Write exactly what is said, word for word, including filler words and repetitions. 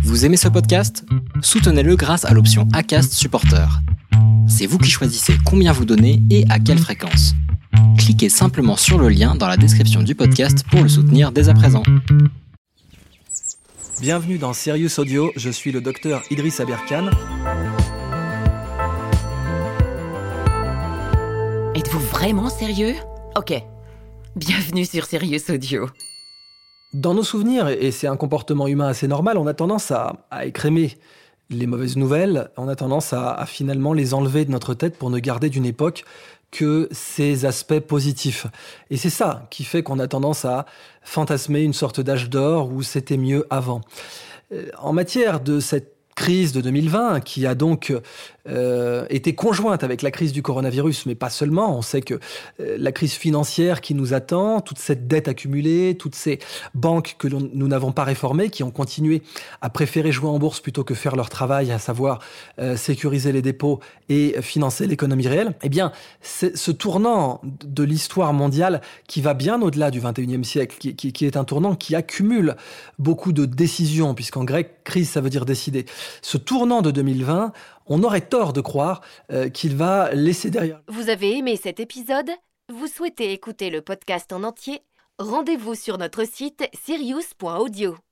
Vous aimez ce podcast ? Soutenez-le grâce à l'option Acast Supporter. C'est vous qui choisissez combien vous donnez et à quelle fréquence. Cliquez simplement sur le lien dans la description du podcast pour le soutenir dès à présent. Bienvenue dans Serious Audio, je suis le docteur Idriss Aberkan. Êtes-vous vraiment sérieux ? Ok. Bienvenue sur Serious Audio. Dans nos souvenirs, et c'est un comportement humain assez normal, on a tendance à, à écrémer les mauvaises nouvelles, on a tendance à, à finalement les enlever de notre tête pour ne garder d'une époque que ces aspects positifs. Et c'est ça qui fait qu'on a tendance à fantasmer une sorte d'âge d'or où c'était mieux avant. En matière de cette crise de deux mille vingt, qui a donc euh, été conjointe avec la crise du coronavirus, mais pas seulement. On sait que euh, la crise financière qui nous attend, toute cette dette accumulée, toutes ces banques que l'on, nous n'avons pas réformées, qui ont continué à préférer jouer en bourse plutôt que faire leur travail, à savoir euh, sécuriser les dépôts et financer l'économie réelle, eh bien, c'est ce tournant de l'histoire mondiale qui va bien au-delà du vingt et unième siècle, qui, qui, qui est un tournant qui accumule beaucoup de décisions, puisqu'en grec, crise, ça veut dire décider. Ce tournant de deux mille vingt, on aurait tort de croire euh, qu'il va laisser derrière. Vous avez aimé cet épisode ? Vous souhaitez écouter le podcast en entier ? Rendez-vous sur notre site serious point audio.